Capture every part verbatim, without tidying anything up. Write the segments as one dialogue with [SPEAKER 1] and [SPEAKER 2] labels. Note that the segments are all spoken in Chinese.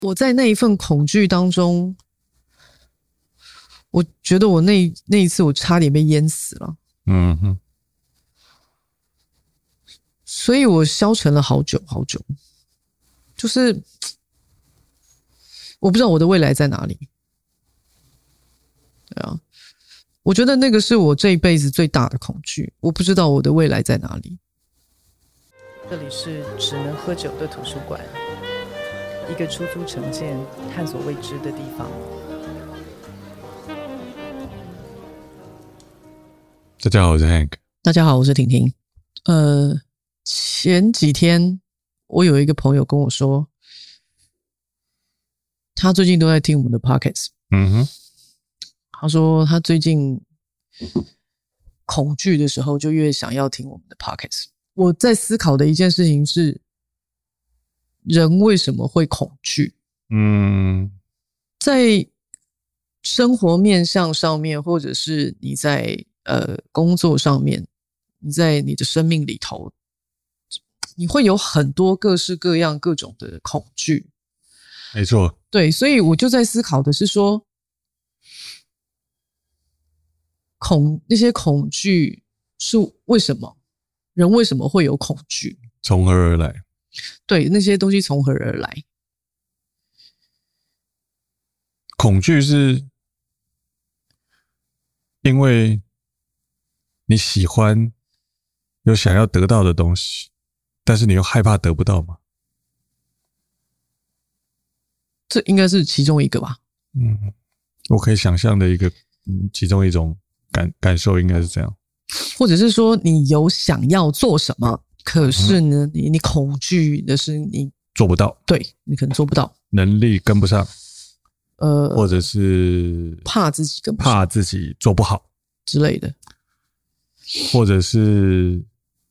[SPEAKER 1] 我在那一份恐惧当中，我觉得我那那一次我差点被淹死了。
[SPEAKER 2] 嗯哼，
[SPEAKER 1] 所以我消沉了好久好久，就是我不知道我的未来在哪里。对啊，我觉得那个是我这一辈子最大的恐惧，我不知道我的未来在哪里。这里是只能喝酒的图书馆，一个出租成见、探索未知的地方。
[SPEAKER 2] 大家好，我是 Hank。
[SPEAKER 1] 大家好，我是婷婷。呃，前几天我有一个朋友跟我说，他最近都在听我们的 Podcast。
[SPEAKER 2] 嗯哼，
[SPEAKER 1] 他说他最近恐惧的时候，就越想要听我们的 Podcast。我在思考的一件事情是，人为什么会恐惧？
[SPEAKER 2] 嗯，
[SPEAKER 1] 在生活面向上面，或者是你在呃工作上面，你在你的生命里头，你会有很多各式各样各种的恐惧。
[SPEAKER 2] 没错。
[SPEAKER 1] 对，所以我就在思考的是说，恐那些恐惧是为什么？人为什么会有恐惧？
[SPEAKER 2] 从何而来？
[SPEAKER 1] 对，那些东西从何而来？
[SPEAKER 2] 恐惧是因为你喜欢有想要得到的东西，但是你又害怕得不到吗？
[SPEAKER 1] 这应该是其中一个吧。
[SPEAKER 2] 嗯，我可以想象的一个，嗯，其中一种感感受应该是这样。
[SPEAKER 1] 或者是说你有想要做什么，可是呢，你你恐惧的是你
[SPEAKER 2] 做不到，
[SPEAKER 1] 对你可能做不到，
[SPEAKER 2] 能力跟不上，
[SPEAKER 1] 呃，
[SPEAKER 2] 或者是
[SPEAKER 1] 怕自己跟不上
[SPEAKER 2] 怕自己做不好
[SPEAKER 1] 之类的，
[SPEAKER 2] 或者是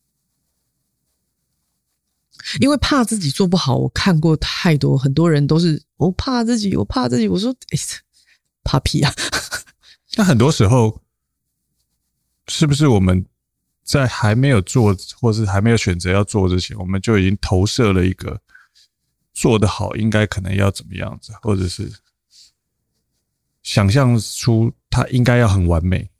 [SPEAKER 1] 因为怕自己做不好，我看过太多，很多人都是我怕自己，我怕自己，我说，哎，怕屁啊！
[SPEAKER 2] 那很多时候，是不是我们在还没有做，或是还没有选择要做之前，我们就已经投射了一个做得好应该可能要怎么样子，或者是想象出它应该要很完美，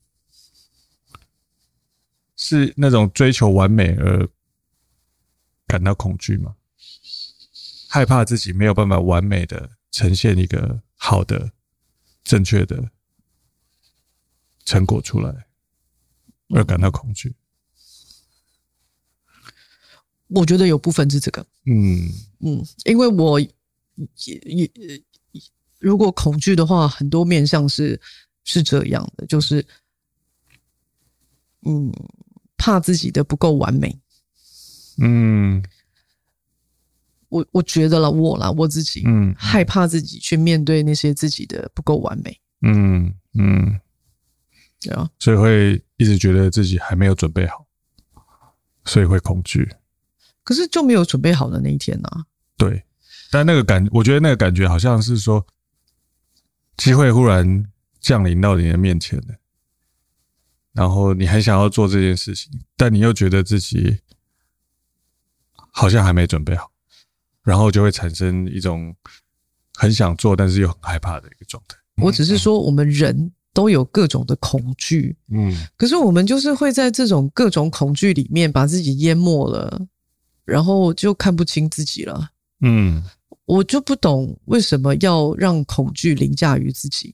[SPEAKER 2] 是那种追求完美而感到恐惧吗？害怕自己没有办法完美的呈现一个好的、正确的成果出来，而感到恐惧。
[SPEAKER 1] 我觉得有部分是这个，
[SPEAKER 2] 嗯
[SPEAKER 1] 嗯，因为我也也如果恐惧的话，很多面向是是这样的，就是嗯，怕自己的不够完美。
[SPEAKER 2] 嗯，
[SPEAKER 1] 我我觉得啦，我啦，我自己，
[SPEAKER 2] 嗯，
[SPEAKER 1] 害怕自己去面对那些自己的不够完美。
[SPEAKER 2] 嗯嗯，
[SPEAKER 1] 对啊，
[SPEAKER 2] 所以会一直觉得自己还没有准备好，所以会恐惧。
[SPEAKER 1] 可是就没有准备好的那一天啊。
[SPEAKER 2] 对，但那个感，我觉得那个感觉好像是说，机会忽然降临到你的面前了，然后你很想要做这件事情，但你又觉得自己好像还没准备好，然后就会产生一种很想做但是又很害怕的一个状态。
[SPEAKER 1] 我只是说，我们人都有各种的恐惧，
[SPEAKER 2] 嗯，
[SPEAKER 1] 可是我们就是会在这种各种恐惧里面把自己淹没了，然后就看不清自己了。
[SPEAKER 2] 嗯，
[SPEAKER 1] 我就不懂为什么要让恐惧凌驾于自己。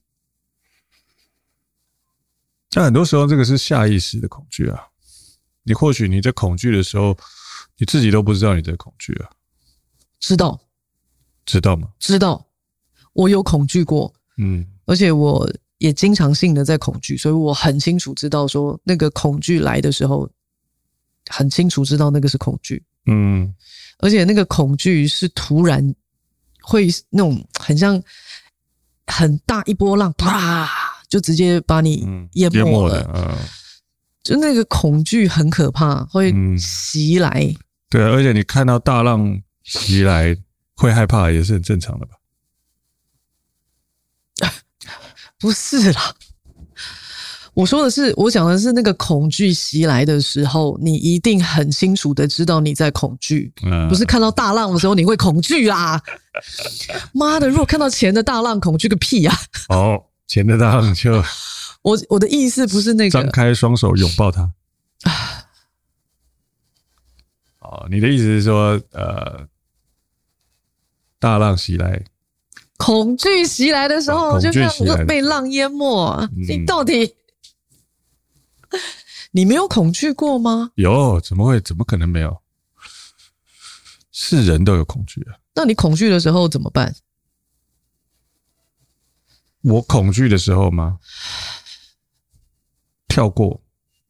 [SPEAKER 2] 但很多时候这个是下意识的恐惧啊，你或许你在恐惧的时候，你自己都不知道你在恐惧啊。
[SPEAKER 1] 知道，
[SPEAKER 2] 知道吗？
[SPEAKER 1] 知道，我有恐惧过，
[SPEAKER 2] 嗯，
[SPEAKER 1] 而且我也经常性的在恐惧，所以我很清楚知道说那个恐惧来的时候，很清楚知道那个是恐惧，
[SPEAKER 2] 嗯，
[SPEAKER 1] 而且那个恐惧是突然会那种很像很大一波浪，啪就直接把你淹没了，
[SPEAKER 2] 淹没了，嗯，
[SPEAKER 1] 就那个恐惧很可怕，会袭来。
[SPEAKER 2] 嗯，对啊，而且你看到大浪袭来会害怕也是很正常的吧？
[SPEAKER 1] 不是啦， 我说的是，我讲的是那个恐惧袭来的时候，你一定很清楚的知道你在恐惧，
[SPEAKER 2] 嗯、
[SPEAKER 1] 不是看到大浪的时候你会恐惧啦。妈的，如果看到钱的大浪，恐惧个屁啊！
[SPEAKER 2] 哦，钱的大浪就
[SPEAKER 1] 我我的意思不是那个
[SPEAKER 2] 张开双手拥抱它。哦，你的意思是说，呃，大浪袭来。
[SPEAKER 1] 恐惧袭来的时候，
[SPEAKER 2] 哦、
[SPEAKER 1] 就像被浪淹没。嗯、你到底你没有恐惧过吗？
[SPEAKER 2] 有，怎么会？怎么可能没有？是人都有恐惧啊。
[SPEAKER 1] 那你恐惧的时候怎么办？
[SPEAKER 2] 我恐惧的时候吗？跳过。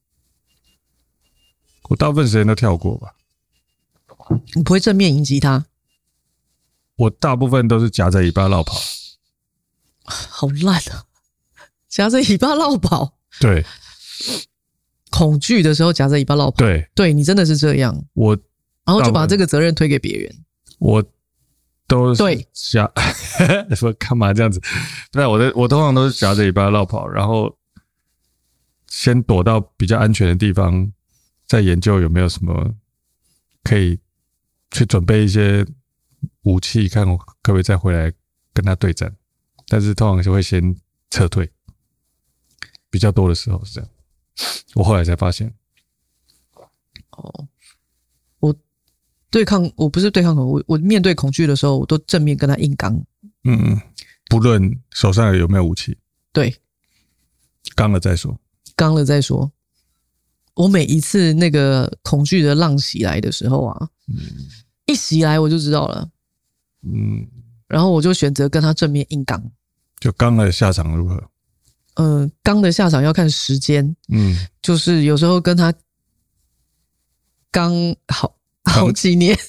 [SPEAKER 2] 我大部分时间都跳过吧。
[SPEAKER 1] 你不会正面迎击它？
[SPEAKER 2] 我大部分都是夹着尾巴绕跑，
[SPEAKER 1] 好烂啊！夹着尾巴绕跑，
[SPEAKER 2] 对，
[SPEAKER 1] 恐惧的时候夹着尾巴绕跑，
[SPEAKER 2] 对，
[SPEAKER 1] 对你真的是这样，
[SPEAKER 2] 我
[SPEAKER 1] 然后就把这个责任推给别人，
[SPEAKER 2] 我都是
[SPEAKER 1] 对
[SPEAKER 2] 夹，说干嘛这样子？对，我的我通常都是夹着尾巴绕跑，然后先躲到比较安全的地方，再研究有没有什么可以去准备一些武器，看我可不可以再回来跟他对战，但是通常就会先撤退，比较多的时候是这样。我后来才发现，
[SPEAKER 1] 哦，我对抗，我不是对抗恐惧，我我面对恐惧的时候，我都正面跟他硬刚。
[SPEAKER 2] 嗯，不论手上有没有武器，
[SPEAKER 1] 对，
[SPEAKER 2] 刚了再说，
[SPEAKER 1] 刚了再说。我每一次那个恐惧的浪袭来的时候啊，嗯、一袭来我就知道了，嗯，然后我就选择跟他正面硬刚。
[SPEAKER 2] 就刚了下场如何？
[SPEAKER 1] 嗯、呃，刚的下场要看时间，嗯，就是有时候跟他刚好好几年，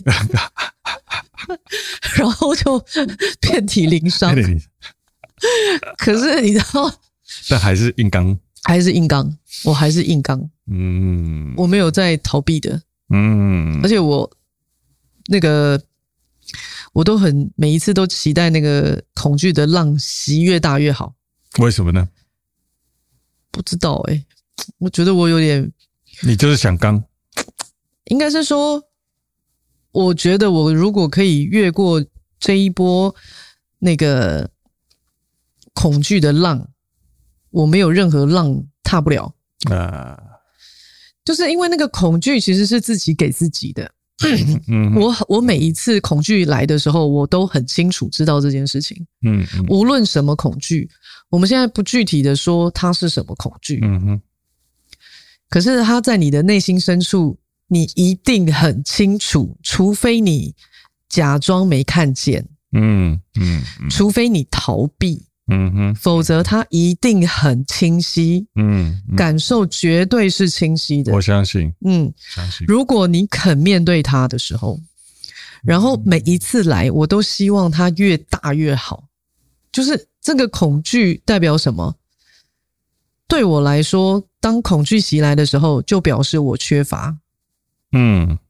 [SPEAKER 1] 然后就遍体鳞伤。可是你知道，
[SPEAKER 2] 但还是硬刚，
[SPEAKER 1] 还是硬刚，我还是硬刚。嗯，我没有在逃避的。嗯，而且我那个我都很每一次都期待那个恐惧的浪袭越大越好。
[SPEAKER 2] 为什么呢？
[SPEAKER 1] 不知道哎、欸，我觉得我有点，
[SPEAKER 2] 你就是想刚，
[SPEAKER 1] 应该是说，我觉得我如果可以越过这一波那个恐惧的浪，我没有任何浪踏不了啊。就是因为那个恐惧其实是自己给自己的。嗯、我我每一次恐惧来的时候，我都很清楚知道这件事情。嗯，嗯无论什么恐惧，我们现在不具体的说它是什么恐惧。嗯哼。可是它在你的内心深处，你一定很清楚，除非你假装没看见。嗯 嗯, 嗯。除非你逃避。嗯哼，否则它一定很清晰，嗯，嗯感受绝对是清晰的。
[SPEAKER 2] 我相信，
[SPEAKER 1] 嗯，
[SPEAKER 2] 相信。
[SPEAKER 1] 如果你肯面对它的时候，然后每一次来，我都希望它越大越好。就是这个恐惧代表什么？对我来说，当恐惧袭来的时候，就表示我缺乏。嗯，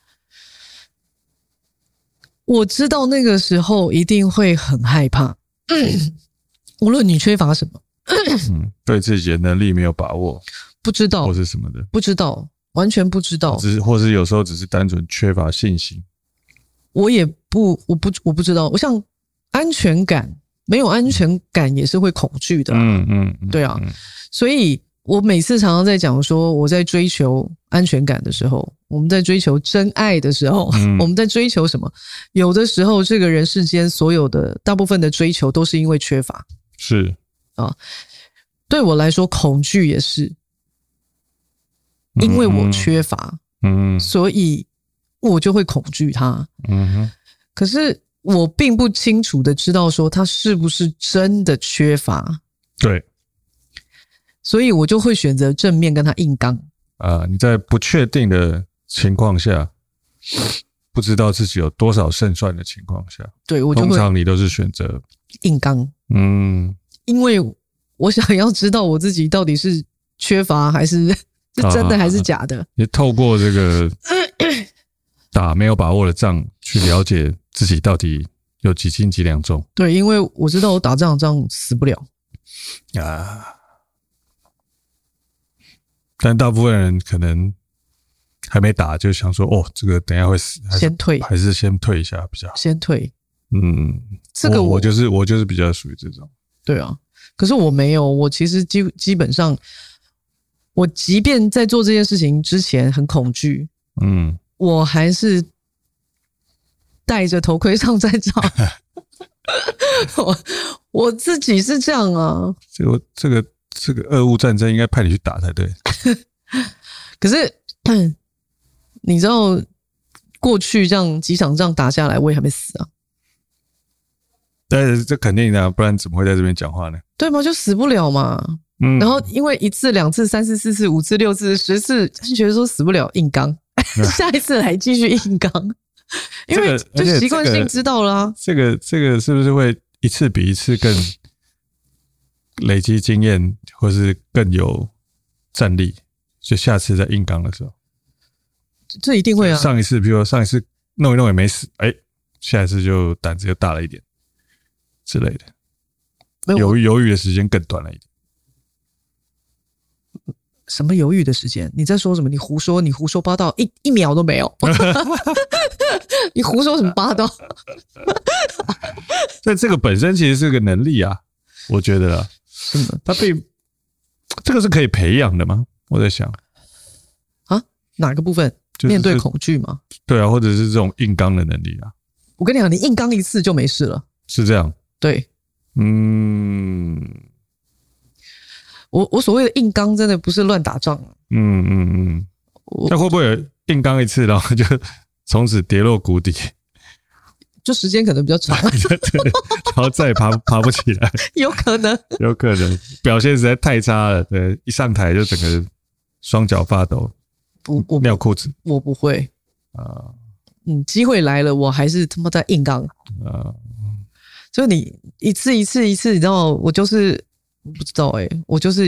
[SPEAKER 1] 我知道那个时候一定会很害怕。嗯无论你缺乏什么，
[SPEAKER 2] 嗯，对自己的能力没有把握，
[SPEAKER 1] 不知道
[SPEAKER 2] 或是什么的，
[SPEAKER 1] 不知道，完全不知道，
[SPEAKER 2] 只是或是有时候只是单纯缺乏信心。
[SPEAKER 1] 我也不，我不，我不知道。我像安全感，没有安全感也是会恐惧的、啊。嗯嗯，嗯对啊、嗯，所以我每次常常在讲说，我在追求安全感的时候，我们在追求真爱的时候，嗯、我们在追求什么？有的时候，这个人世间所有的大部分的追求都是因为缺乏。
[SPEAKER 2] 是
[SPEAKER 1] 啊，对我来说，恐惧也是，因为我缺乏，嗯，所以我就会恐惧它，嗯哼。可是我并不清楚的知道说他是不是真的缺乏，
[SPEAKER 2] 对，
[SPEAKER 1] 所以我就会选择正面跟他硬刚。
[SPEAKER 2] 啊，你在不确定的情况下，不知道自己有多少胜算的情况下，
[SPEAKER 1] 对我就会
[SPEAKER 2] 通常你都是选择
[SPEAKER 1] 硬刚。嗯，因为我想要知道我自己到底是缺乏还是是真的还是假的。
[SPEAKER 2] 你透过这个打没有把握的仗，去了解自己到底有几斤几两重。
[SPEAKER 1] 对，因为我知道我打这场仗死不了
[SPEAKER 2] 啊。 但大部分人可能还没打就想说，哦，这个等一下会死，
[SPEAKER 1] 先退，
[SPEAKER 2] 还是先退一下比较好。
[SPEAKER 1] 先退。
[SPEAKER 2] 嗯，
[SPEAKER 1] 这个
[SPEAKER 2] 我, 我就是我就是比较属于这种。
[SPEAKER 1] 对啊，可是我没有，我其实基基本上，我即便在做这件事情之前很恐惧，嗯，我还是戴着头盔上战场。我我自己是这样啊。
[SPEAKER 2] 这个这个这个俄乌战争应该派你去打才对。
[SPEAKER 1] 可是你知道，过去这样几场仗打下来，我也还没死啊。
[SPEAKER 2] 但是这肯定的、啊，不然怎么会在这边讲话呢？
[SPEAKER 1] 对吗？就死不了嘛。嗯，然后因为一次、两次、三次、四次、五次、六次、十次，就觉得说死不了，硬刚，下一次来继续硬刚，因为就习惯性知道了啊。
[SPEAKER 2] 这个这个是不是会一次比一次更累积经验，或是更有战力？就下次在硬刚的时候，
[SPEAKER 1] 这一定会啊。
[SPEAKER 2] 上一次，比如说上一次弄一弄也没死，哎，下一次就胆子就大了一点。之类的，犹豫犹豫的时间更短了一点。
[SPEAKER 1] 什么犹豫的时间？你在说什么？你胡说！你胡说八道，一一秒都没有。你胡说什么八道？
[SPEAKER 2] 所以这个本身其实是个能力啊，我觉得啊，它并这个是可以培养的吗？我在想
[SPEAKER 1] 啊，哪个部分？就是、面对恐惧吗？
[SPEAKER 2] 对啊，或者是这种硬刚的能力啊。
[SPEAKER 1] 我跟你讲，你硬刚一次就没事了。
[SPEAKER 2] 是这样。
[SPEAKER 1] 对，
[SPEAKER 2] 嗯，
[SPEAKER 1] 我我所谓的硬刚，真的不是乱打仗、啊。嗯
[SPEAKER 2] 嗯嗯，那会不会有硬刚一次，然后就从此跌落谷底？
[SPEAKER 1] 就时间可能比较长，
[SPEAKER 2] 对，然后再也爬爬不起来，
[SPEAKER 1] 有可能，
[SPEAKER 2] 有可能表现实在太差了。对，一上台就整个双脚发抖，
[SPEAKER 1] 不，我
[SPEAKER 2] 尿裤子，
[SPEAKER 1] 我不会啊、呃。嗯，机会来了，我还是他妈在硬刚啊。呃就你一次一次一次，你知道，我就是不知道哎、欸，我就是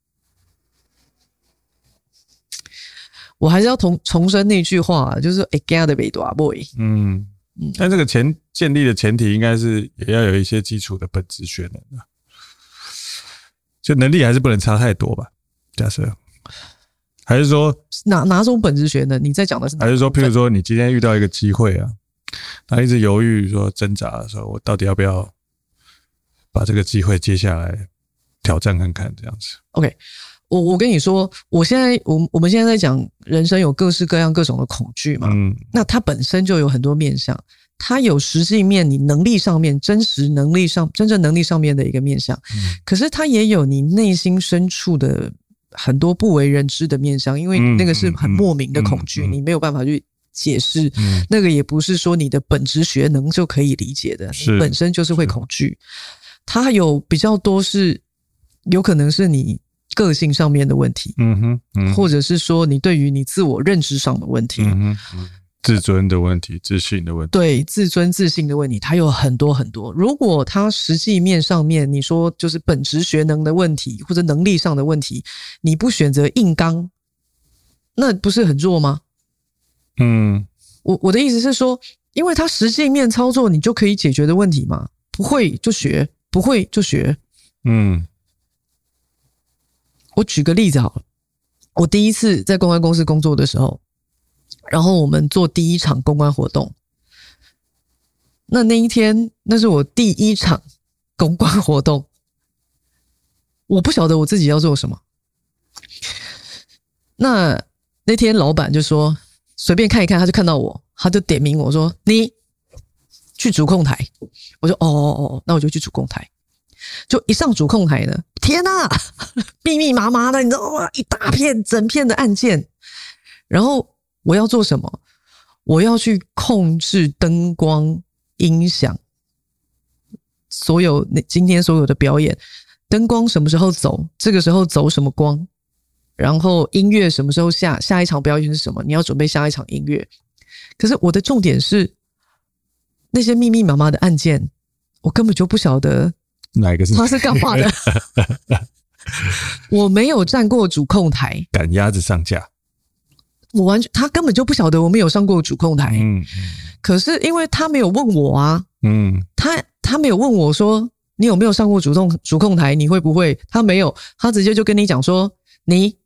[SPEAKER 1] 我还是要重重申那句话，就是哎，干的没多 boy。
[SPEAKER 2] 嗯嗯，但这个前建立的前提应该是也要有一些基础的本质学能啊，就能力还是不能差太多吧？假设还是说
[SPEAKER 1] 哪哪种本质学能？你在讲的是哪？
[SPEAKER 2] 还是说，譬如说你今天遇到一个机会啊？他一直犹豫说挣扎的时候，我到底要不要把这个机会接下来挑战看看这样子。
[SPEAKER 1] OK， 我我跟你说，我现在我我们现在在讲人生有各式各样各种的恐惧嘛，嗯，那它本身就有很多面向，它有实际面，你能力上面真实能力上真正能力上面的一个面向，嗯，可是它也有你内心深处的很多不为人知的面向，因为那个是很莫名的恐惧，嗯嗯嗯嗯，你没有办法去解释，嗯，那个也不是说你的本质学能就可以理解的，你本身就是会恐惧。它有比较多是有可能是你个性上面的问题，嗯哼，嗯，或者是说你对于你自我认知上的问题，嗯哼，
[SPEAKER 2] 嗯，自尊的问题，自信的问题，
[SPEAKER 1] 对，自尊自信的问题，它有很多很多。如果它实际面上面你说就是本质学能的问题或者能力上的问题，你不选择硬刚，那不是很弱吗？嗯，我我的意思是说，因为它实际面操作你就可以解决的问题嘛，不会就学，不会就学。嗯，我举个例子好了，我第一次在公关公司工作的时候，然后我们做第一场公关活动，那那一天那是我第一场公关活动，我不晓得我自己要做什么。那那天老板就说随便看一看，他就看到我，他就点名我说你去主控台。我说哦哦哦，那我就去主控台。就一上主控台呢，天哪，密密麻麻的，你知道吗？一大片整片的按键。然后我要做什么？我要去控制灯光、音响，所有今天所有的表演，灯光什么时候走，这个时候走什么光，然后音乐什么时候下，下一场表演是什么，你要准备下一场音乐。可是我的重点是那些密密麻麻的按键，我根本就不晓得
[SPEAKER 2] 哪一个是
[SPEAKER 1] 他是干嘛的。我没有站过主控台，
[SPEAKER 2] 赶鸭子上架，
[SPEAKER 1] 我完全他根本就不晓得我们有上过主控台。嗯，可是因为他没有问我啊，嗯，他他没有问我说你有没有上过主动主控台，你会不会？他没有，他直接就跟你讲说你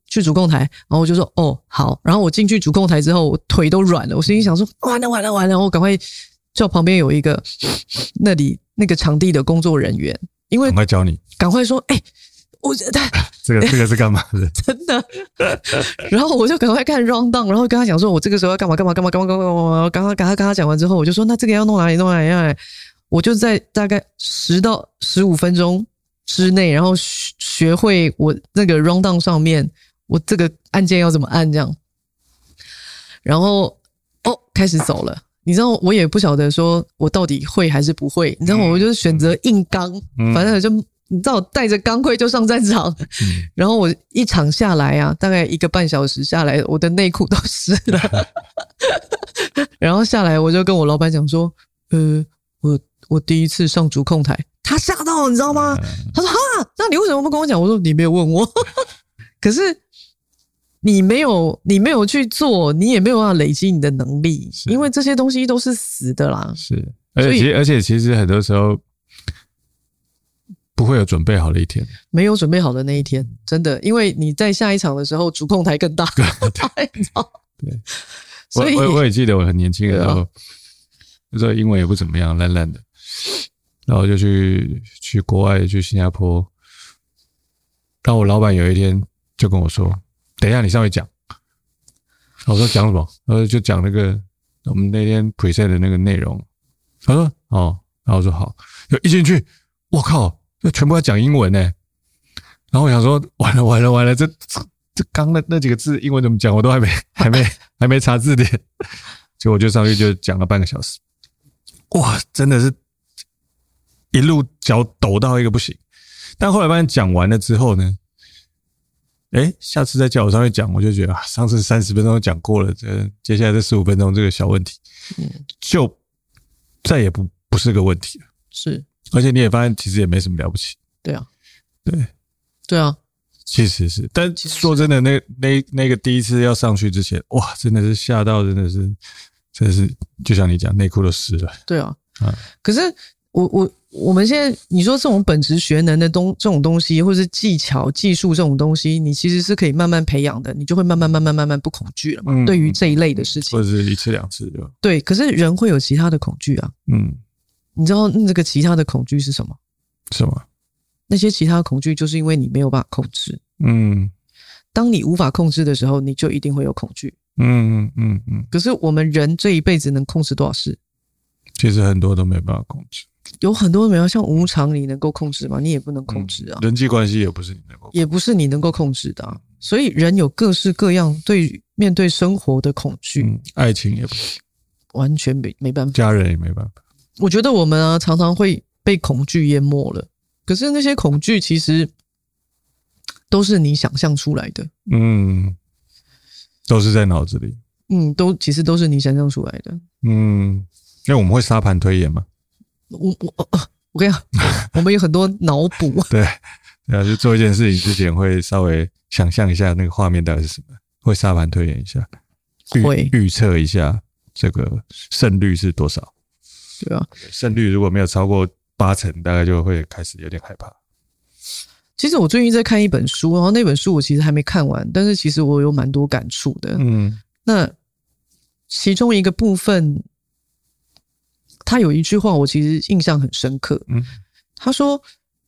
[SPEAKER 1] 去主控台，然后我就说哦好，然后我进去主控台之后，我腿都软了，我心里想说完了完了完了，我赶快叫旁边有一个那里那个场地的工作人员，因为
[SPEAKER 2] 赶快教你，
[SPEAKER 1] 赶快说哎。欸我这
[SPEAKER 2] 个这个是干嘛的？
[SPEAKER 1] 真的，然后我就赶快看 round down， 然后跟他讲说，我这个时候要干嘛干嘛干嘛干嘛干嘛干嘛。刚刚刚刚跟他讲完之后，我就说，那这个要弄哪里弄哪里弄哪里。我就在大概十到十五分钟之内，然后学会我那个 round down 上面，我这个按键要怎么按这样。然后哦，开始走了。你知道，我也不晓得说我到底会还是不会。你知道，我就是选择硬刚，
[SPEAKER 2] 嗯、
[SPEAKER 1] 反正就。你知道我带着钢盔就上战场，嗯、然后我一场下来啊，大概一个半小时下来，我的内裤都湿了。然后下来我就跟我老板讲说，呃，我我第一次上主控台，他吓到了，你知道吗？他说哈，那你为什么不跟我讲？我说你没有问我，可是你没有你没有去做，你也没有办法累积你的能力，因为这些东西都是死的啦。
[SPEAKER 2] 是，而且其实而且其实很多时候。不会有准备好的一天，
[SPEAKER 1] 没有准备好的那一天，真的，因为你在下一场的时候，主控台更大，
[SPEAKER 2] 对，对，所以我我也记得我很年轻的时候，那时候英文也不怎么样，烂烂的，然后就去去国外，去新加坡，然后我老板有一天就跟我说：“等一下，你上去讲。”我说：“讲什么？”然后就讲那个我们那天 present 的那个内容。他说：“哦。”然后我说：“好。”就一进去，我靠！就全部要讲英文呢、欸，然后我想说，完了完了完了，这这这刚那那几个字英文怎么讲，我都还没还没还没查字典，结果我就上去就讲了半个小时，哇，真的是一路脚抖到一个不行。但后来发现讲完了之后呢，诶，下次再叫我上去讲，我就觉得、啊、上次三十分钟讲过了，这接下来这十五分钟这个小问题，嗯，就再也不不是个问题了，
[SPEAKER 1] 是。
[SPEAKER 2] 而且你也发现其实也没什么了不起。
[SPEAKER 1] 对啊，
[SPEAKER 2] 对，
[SPEAKER 1] 对啊，
[SPEAKER 2] 其实是。但说真的，那那那个第一次要上去之前，哇，真的是吓到，真的是，真的是，就像你讲，内裤都湿了。
[SPEAKER 1] 对啊，啊可是我我我们现在你说这种本质学能的东这种东西，或者是技巧、技术这种东西，你其实是可以慢慢培养的，你就会慢慢慢慢慢慢不恐惧了嘛。嗯、对于这一类的事情，
[SPEAKER 2] 或者是一次两次就
[SPEAKER 1] 对。可是人会有其他的恐惧啊，嗯。你知道那个其他的恐惧是什么？
[SPEAKER 2] 什么？
[SPEAKER 1] 那些其他的恐惧就是因为你没有办法控制。
[SPEAKER 2] 嗯，
[SPEAKER 1] 当你无法控制的时候，你就一定会有恐惧。
[SPEAKER 2] 嗯嗯嗯嗯。
[SPEAKER 1] 可是我们人这一辈子能控制多少事？
[SPEAKER 2] 其实很多都没办法控制。
[SPEAKER 1] 有很多没有，像无常，你能够控制吗？你也不能控制啊。
[SPEAKER 2] 嗯、人际关系也不是你能够控制，
[SPEAKER 1] 也不是你能够控制的、啊。所以人有各式各样对面对生活的恐惧。
[SPEAKER 2] 嗯，爱情也不行，
[SPEAKER 1] 完全没没办法，
[SPEAKER 2] 家人也没办法。
[SPEAKER 1] 我觉得我们啊，常常会被恐惧淹没了。可是那些恐惧其实都是你想象出来的，嗯，
[SPEAKER 2] 都是在脑子里，
[SPEAKER 1] 嗯，都其实都是你想象出来的，
[SPEAKER 2] 嗯，因为我们会沙盘推演嘛。
[SPEAKER 1] 我我我跟你讲，我们有很多脑补，
[SPEAKER 2] 对，对啊，就做一件事情之前会稍微想象一下那个画面大概是什么，会沙盘推演一下，
[SPEAKER 1] 会
[SPEAKER 2] 预测一下这个胜率是多少。
[SPEAKER 1] 对啊，
[SPEAKER 2] 胜率如果没有超过八成，大概就会开始有点害怕。
[SPEAKER 1] 其实我最近在看一本书，然后那本书我其实还没看完，但是其实我有蛮多感触的。嗯，那其中一个部分，他有一句话我其实印象很深刻。嗯，他说：“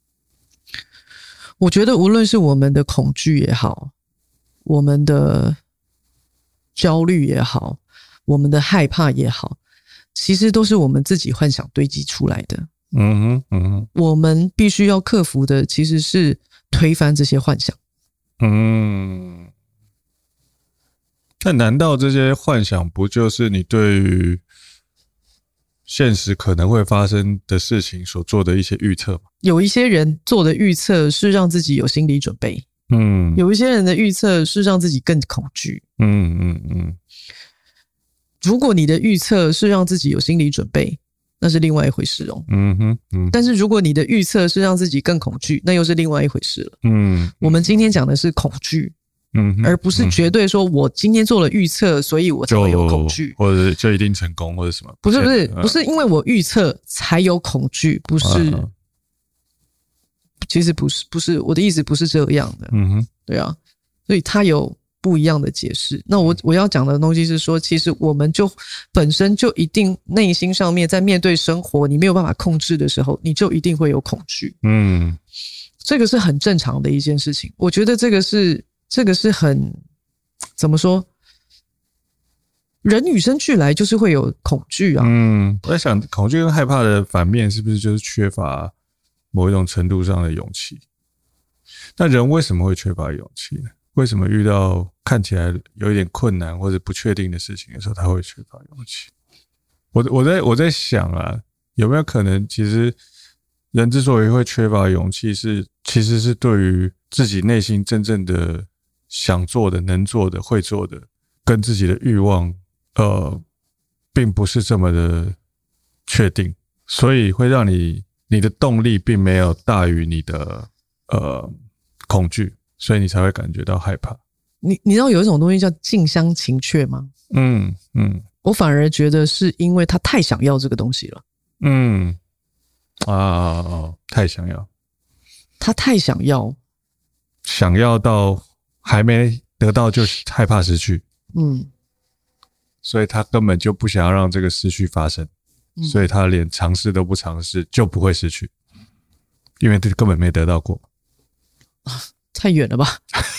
[SPEAKER 1] 我觉得无论是我们的恐惧也好，我们的焦虑也好，我们的害怕也好。”其实都是我们自己幻想堆积出来的。嗯哼，嗯哼，我们必须要克服的其实是推翻这些幻想。
[SPEAKER 2] 嗯，但难道这些幻想不就是你对于现实可能会发生的事情所做的一些预测吗？
[SPEAKER 1] 有一些人做的预测是让自己有心理准备，嗯，有一些人的预测是让自己更恐惧。嗯嗯嗯。如果你的预测是让自己有心理准备，那是另外一回事哦。嗯哼，嗯。但是如果你的预测是让自己更恐惧，那又是另外一回事了。嗯，我们今天讲的是恐惧，嗯，而不是绝对说我今天做了预测，所以我才会有恐惧，
[SPEAKER 2] 或者就一定成功或者什么。
[SPEAKER 1] 不是不是不是因为我预测才有恐惧，不是。啊、其实不是不是我的意思不是这样的。嗯哼，对啊。 所以它有不一样的解释。那我我要讲的东西是说，其实我们就本身就一定内心上面在面对生活你没有办法控制的时候，你就一定会有恐惧。
[SPEAKER 2] 嗯，
[SPEAKER 1] 这个是很正常的一件事情。我觉得这个是这个是很怎么说？人与生俱来就是会有恐惧啊。
[SPEAKER 2] 嗯，我在想，恐惧跟害怕的反面是不是就是缺乏某一种程度上的勇气？那人为什么会缺乏勇气呢？为什么遇到看起来有一点困难或者不确定的事情的时候，他会缺乏勇气？我我在我在想啊，有没有可能，其实人之所以会缺乏勇气是，其实是对于自己内心真正的想做的、能做的、会做的，跟自己的欲望，呃，并不是这么的确定，所以会让你你的动力并没有大于你的呃恐惧，所以你才会感觉到害怕。
[SPEAKER 1] 你你知道有一种东西叫近乡情怯吗？
[SPEAKER 2] 嗯嗯，
[SPEAKER 1] 我反而觉得是因为他太想要这个东西了。
[SPEAKER 2] 嗯啊，太想要，
[SPEAKER 1] 他太想要，
[SPEAKER 2] 想要到还没得到就害怕失去，
[SPEAKER 1] 嗯，
[SPEAKER 2] 所以他根本就不想要让这个失去发生，
[SPEAKER 1] 嗯
[SPEAKER 2] 所以他连尝试都不尝试，就不会失去，因为这根本没得到过，
[SPEAKER 1] 太远了吧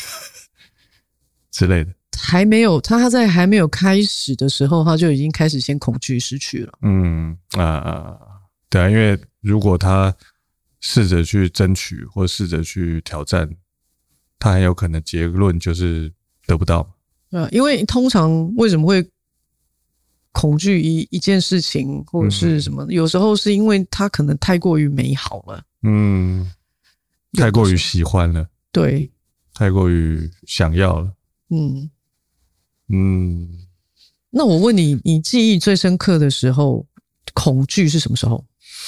[SPEAKER 2] 之类的。
[SPEAKER 1] 还没有他在还没有开始的时候，他就已经开始先恐惧失去了。
[SPEAKER 2] 嗯啊啊，对啊，因为如果他试着去争取或试着去挑战，他很有可能结论就是得不到。
[SPEAKER 1] 对啊，因为通常为什么会恐惧一一件事情或者是什么、嗯、有时候是因为他可能太过于美好了，
[SPEAKER 2] 嗯，太过于喜欢了，
[SPEAKER 1] 对，
[SPEAKER 2] 太过于想要了，
[SPEAKER 1] 嗯
[SPEAKER 2] 嗯。
[SPEAKER 1] 那我问你，你记忆最深刻的时候，恐惧是什么时候？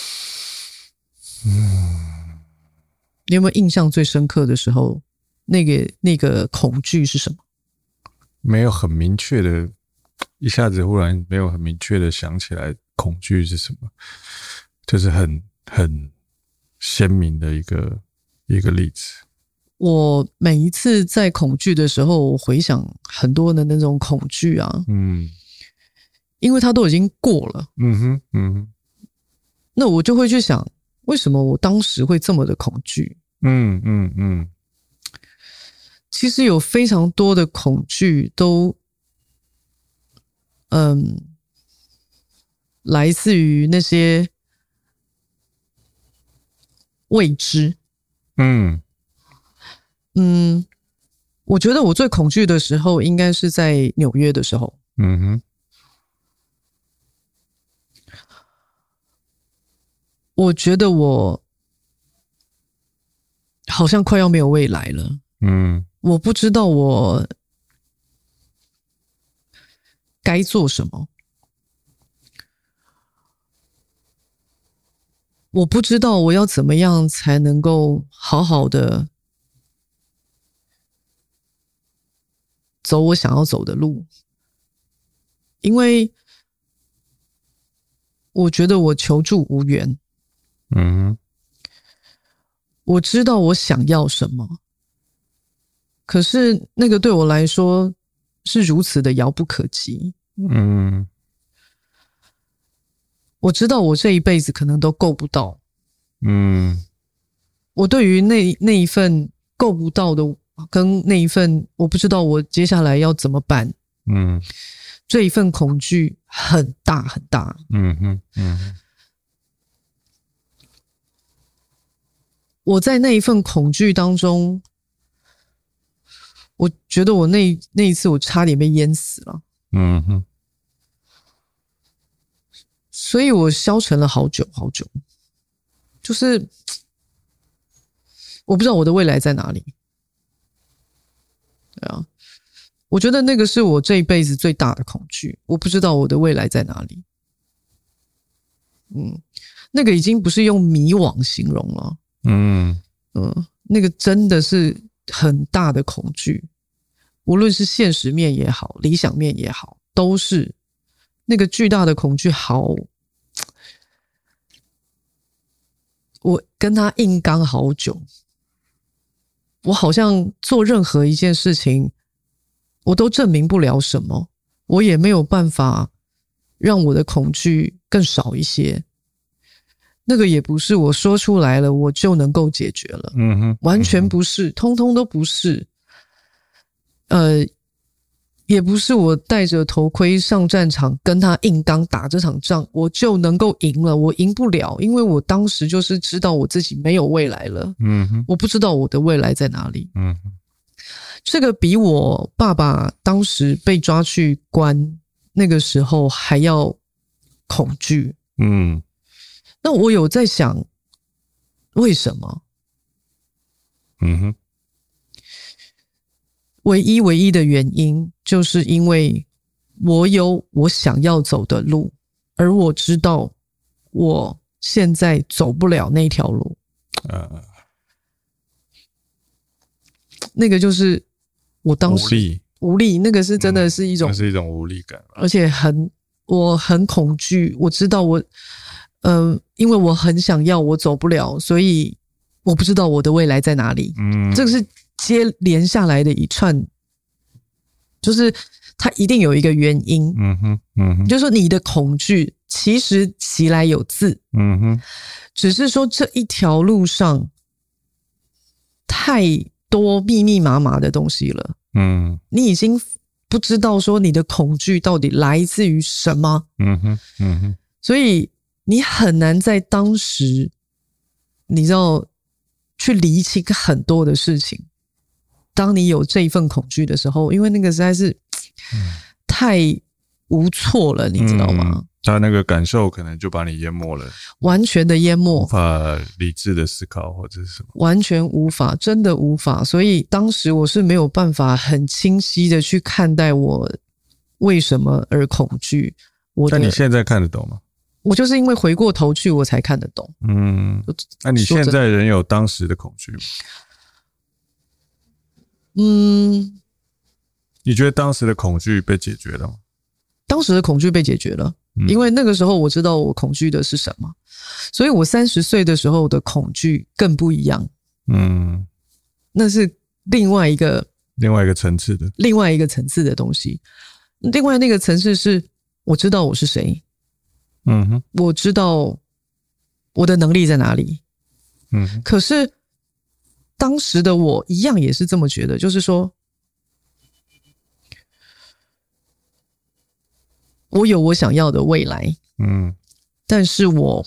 [SPEAKER 2] 嗯，
[SPEAKER 1] 你有没有印象最深刻的时候？那个那个恐惧是什么？
[SPEAKER 2] 没有很明确的，一下子忽然没有很明确的想起来恐惧是什么，就是很很鲜明的一个一个例子。
[SPEAKER 1] 我每一次在恐惧的时候，我回想很多的那种恐惧啊，
[SPEAKER 2] 嗯，
[SPEAKER 1] 因为它都已经过了，
[SPEAKER 2] 嗯哼，嗯哼，
[SPEAKER 1] 那我就会去想，为什么我当时会这么的恐惧？
[SPEAKER 2] 嗯嗯嗯，
[SPEAKER 1] 其实有非常多的恐惧都，嗯，来自于那些未知。
[SPEAKER 2] 嗯
[SPEAKER 1] 嗯，我觉得我最恐惧的时候应该是在纽约的时候。
[SPEAKER 2] 嗯哼，
[SPEAKER 1] 我觉得我好像快要没有未来了。
[SPEAKER 2] 嗯，
[SPEAKER 1] 我不知道我该做什么，我不知道我要怎么样才能够好好的走我想要走的路，因为我觉得我求助无援。
[SPEAKER 2] 嗯，
[SPEAKER 1] 我知道我想要什么，可是那个对我来说是如此的遥不可及。
[SPEAKER 2] 嗯，
[SPEAKER 1] 我知道我这一辈子可能都够不到。
[SPEAKER 2] 嗯，
[SPEAKER 1] 我对于那那一份够不到的，跟那一份我不知道我接下来要怎么办，
[SPEAKER 2] 嗯，
[SPEAKER 1] 这一份恐惧很大很大。
[SPEAKER 2] 嗯哼，嗯哼，
[SPEAKER 1] 我在那一份恐惧当中，我觉得我那那一次我差点被淹死了。
[SPEAKER 2] 嗯哼，
[SPEAKER 1] 所以我消沉了好久好久，就是我不知道我的未来在哪里。对啊，我觉得那个是我这一辈子最大的恐惧，我不知道我的未来在哪里。嗯，那个已经不是用迷惘形容了。
[SPEAKER 2] 嗯
[SPEAKER 1] 嗯，那个真的是很大的恐惧，无论是现实面也好，理想面也好，都是那个巨大的恐惧。好，我跟他硬刚好久， 我好像做任何一件事情，我都证明不了什么，我也没有办法让我的恐惧更少一些。那个也不是我说出来了我就能够解决了，
[SPEAKER 2] 嗯哼，
[SPEAKER 1] 完全不是，通通都不是。呃，也不是我戴着头盔上战场跟他硬刚打这场仗我就能够赢了，我赢不了，因为我当时就是知道我自己没有未来了，
[SPEAKER 2] 嗯哼，
[SPEAKER 1] 我不知道我的未来在哪里。
[SPEAKER 2] 嗯哼，
[SPEAKER 1] 这个比我爸爸当时被抓去关那个时候还要恐惧。
[SPEAKER 2] 嗯，
[SPEAKER 1] 那我有在想为什么？
[SPEAKER 2] 嗯哼，
[SPEAKER 1] 唯一唯一的原因就是因为我有我想要走的路，而我知道我现在走不了那条路。
[SPEAKER 2] 呃，
[SPEAKER 1] 那个就是我当时
[SPEAKER 2] 无力，
[SPEAKER 1] 无力，那个是真的是一种，
[SPEAKER 2] 那是一种无力感，
[SPEAKER 1] 而且很我很恐惧。我知道我，嗯、呃，因为我很想要，我走不了，所以我不知道我的未来在哪里。
[SPEAKER 2] 嗯，
[SPEAKER 1] 这个是接连下来的一串，就是它一定有一个原因。
[SPEAKER 2] 嗯哼，嗯哼，
[SPEAKER 1] 就是说你的恐惧其实其来有自，
[SPEAKER 2] 嗯哼，
[SPEAKER 1] 只是说这一条路上太多密密麻麻的东西了。
[SPEAKER 2] 嗯，
[SPEAKER 1] 你已经不知道说你的恐惧到底来自于什么。
[SPEAKER 2] 嗯哼，嗯哼，
[SPEAKER 1] 所以你很难在当时，你知道去厘清很多的事情。当你有这一份恐惧的时候，因为那个实在是太无措了，你知道吗？
[SPEAKER 2] 嗯，他那个感受可能就把你淹没了，
[SPEAKER 1] 完全的淹没，
[SPEAKER 2] 无法理智的思考或者是什么，
[SPEAKER 1] 完全无法，真的无法。所以当时我是没有办法很清晰的去看待我为什么而恐惧。我的，
[SPEAKER 2] 但你现在看得懂吗？
[SPEAKER 1] 我就是因为回过头去我才看得懂。
[SPEAKER 2] 嗯，那你现在仍有当时的恐惧吗？
[SPEAKER 1] 嗯，
[SPEAKER 2] 你觉得当时的恐惧被解决了吗？
[SPEAKER 1] 当时的恐惧被解决了，
[SPEAKER 2] 嗯，
[SPEAKER 1] 因为那个时候我知道我恐惧的是什么，所以我三十岁的时候的恐惧更不一样。
[SPEAKER 2] 嗯，
[SPEAKER 1] 那是另外一个
[SPEAKER 2] 另外一个层次的，
[SPEAKER 1] 另外一个层次的东西。另外那个层次是我知道我是谁，
[SPEAKER 2] 嗯哼，
[SPEAKER 1] 我知道我的能力在哪里。
[SPEAKER 2] 嗯哼，
[SPEAKER 1] 可是当时的我一样也是这么觉得，就是说我有我想要的未来，
[SPEAKER 2] 嗯，
[SPEAKER 1] 但是我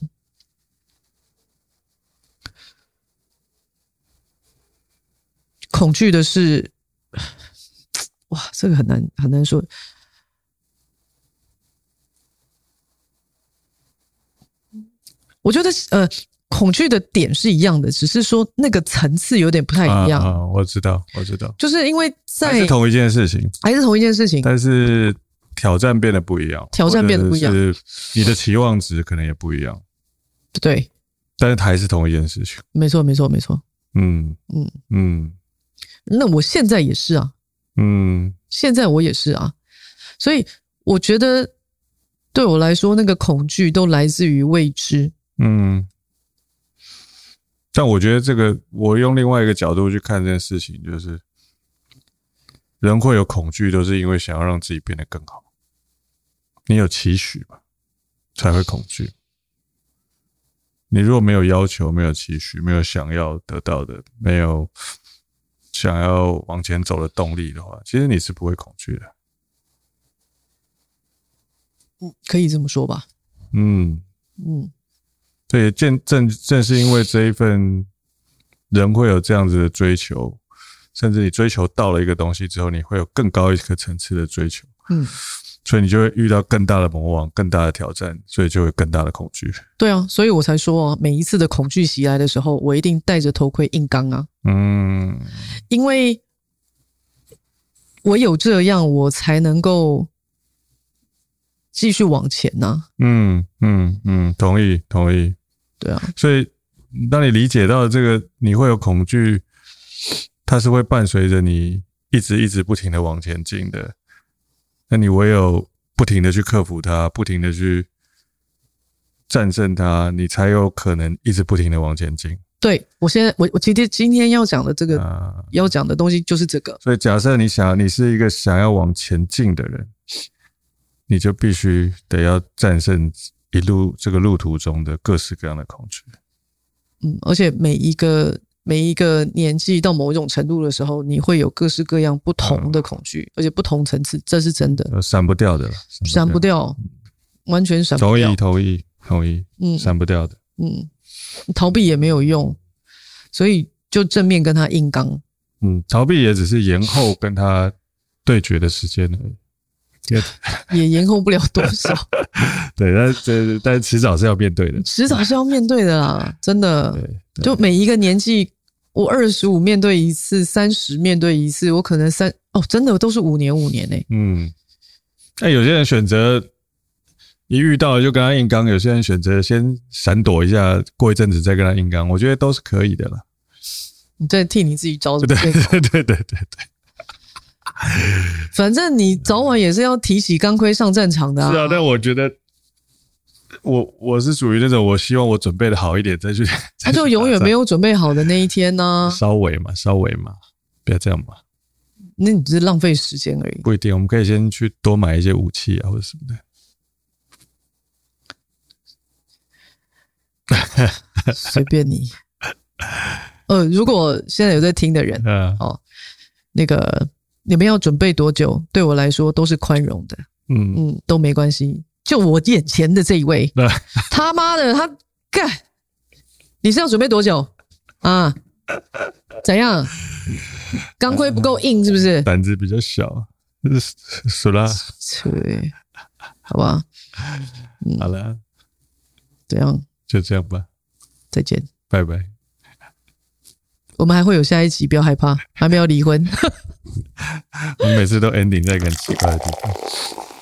[SPEAKER 1] 恐惧的是，哇，这个很难很难说。我觉得呃，恐惧的点是一样的，只是说那个层次有点不太一样。
[SPEAKER 2] 啊啊，我知道，我知道，
[SPEAKER 1] 就是因为在
[SPEAKER 2] 还是同一件事情，
[SPEAKER 1] 还是同一件事情，
[SPEAKER 2] 但是挑战变得不一样，
[SPEAKER 1] 挑战变得不一样，
[SPEAKER 2] 是你的期望值可能也不一样，
[SPEAKER 1] 对，
[SPEAKER 2] 但是还是同一件事情。
[SPEAKER 1] 没错，没错，没错。
[SPEAKER 2] 嗯
[SPEAKER 1] 嗯
[SPEAKER 2] 嗯，
[SPEAKER 1] 那我现在也是啊，
[SPEAKER 2] 嗯，
[SPEAKER 1] 现在我也是啊，所以我觉得对我来说，那个恐惧都来自于未知。
[SPEAKER 2] 嗯，但我觉得这个，我用另外一个角度去看这件事情，就是人会有恐惧，都是因为想要让自己变得更好。你有期许嘛，才会恐惧。你如果没有要求，没有期许，没有想要得到的，没有想要往前走的动力的话，其实你是不会恐惧的。
[SPEAKER 1] 嗯，可以这么说吧。
[SPEAKER 2] 嗯
[SPEAKER 1] 嗯。
[SPEAKER 2] 对，正正正是因为这一份人会有这样子的追求，甚至你追求到了一个东西之后，你会有更高一个层次的追求，
[SPEAKER 1] 嗯，
[SPEAKER 2] 所以你就会遇到更大的魔王、更大的挑战，所以就会更大的恐惧。
[SPEAKER 1] 对啊，所以我才说啊，每一次的恐惧袭来的时候，我一定戴着头盔硬刚啊。
[SPEAKER 2] 嗯，
[SPEAKER 1] 因为我有这样，我才能够继续往前啊。
[SPEAKER 2] 嗯嗯嗯，同意同意。
[SPEAKER 1] 对啊，
[SPEAKER 2] 所以当你理解到这个你会有恐惧，它是会伴随着你一直一直不停的往前进的，那你唯有不停的去克服它，不停的去战胜它，你才有可能一直不停的往前进。
[SPEAKER 1] 对，我现在我我今天今天要讲的这个、
[SPEAKER 2] 啊、
[SPEAKER 1] 要讲的东西就是这个。
[SPEAKER 2] 所以假设你想你是一个想要往前进的人，你就必须得要战胜一路这个路途中的各式各样的恐惧。
[SPEAKER 1] 嗯，而且每一个每一个年纪到某一种程度的时候，你会有各式各样不同的恐惧，嗯、而且不同层次，这是真的，
[SPEAKER 2] 闪不掉的了，
[SPEAKER 1] 闪不掉，完全闪不掉。
[SPEAKER 2] 同意，同意，同意，嗯，闪不掉的，
[SPEAKER 1] 嗯，逃避也没有用，所以就正面跟他硬刚。
[SPEAKER 2] 嗯，逃避也只是延后跟他对决的时间而已。
[SPEAKER 1] 也延后不了多少，
[SPEAKER 2] 对，但是但迟早是要面对的，
[SPEAKER 1] 迟早是要面对的啦，真的。
[SPEAKER 2] 对对，
[SPEAKER 1] 就每一个年纪，我二十五面对一次，三十面对一次，我可能三哦，真的都是五年五年诶、欸。
[SPEAKER 2] 嗯，那有些人选择一遇到就跟他硬刚，有些人选择先闪躲一下，过一阵子再跟他硬刚，我觉得都是可以的啦。
[SPEAKER 1] 你在替你自己找什么
[SPEAKER 2] 对对对对对对。
[SPEAKER 1] 反正你早晚也是要提起钢盔上战场的啊。
[SPEAKER 2] 是啊，但我觉得我我是属于那种我希望我准备的好一点再去，
[SPEAKER 1] 他就永远没有准备好的那一天呢、啊。
[SPEAKER 2] 稍微嘛，稍微嘛，不要这样嘛。
[SPEAKER 1] 那你只是浪费时间而已。
[SPEAKER 2] 不一定，我们可以先去多买一些武器啊，或者什么
[SPEAKER 1] 的。随便你。呃，如果现在有在听的人，
[SPEAKER 2] 嗯、
[SPEAKER 1] 哦，那个。你们要准备多久？对我来说都是宽容的，嗯嗯，都没关系。就我眼前的这一位，他妈的，他干！你是要准备多久啊？怎样？钢盔不够硬是不是？
[SPEAKER 2] 胆子比较小，是啦。
[SPEAKER 1] 对，好吧。
[SPEAKER 2] 嗯、好了，
[SPEAKER 1] 怎样？
[SPEAKER 2] 就这样吧。
[SPEAKER 1] 再见，
[SPEAKER 2] 拜拜。
[SPEAKER 1] 我们还会有下一集，不要害怕，还没有离婚。
[SPEAKER 2] 我每次都 ending 在一个很奇怪的地方。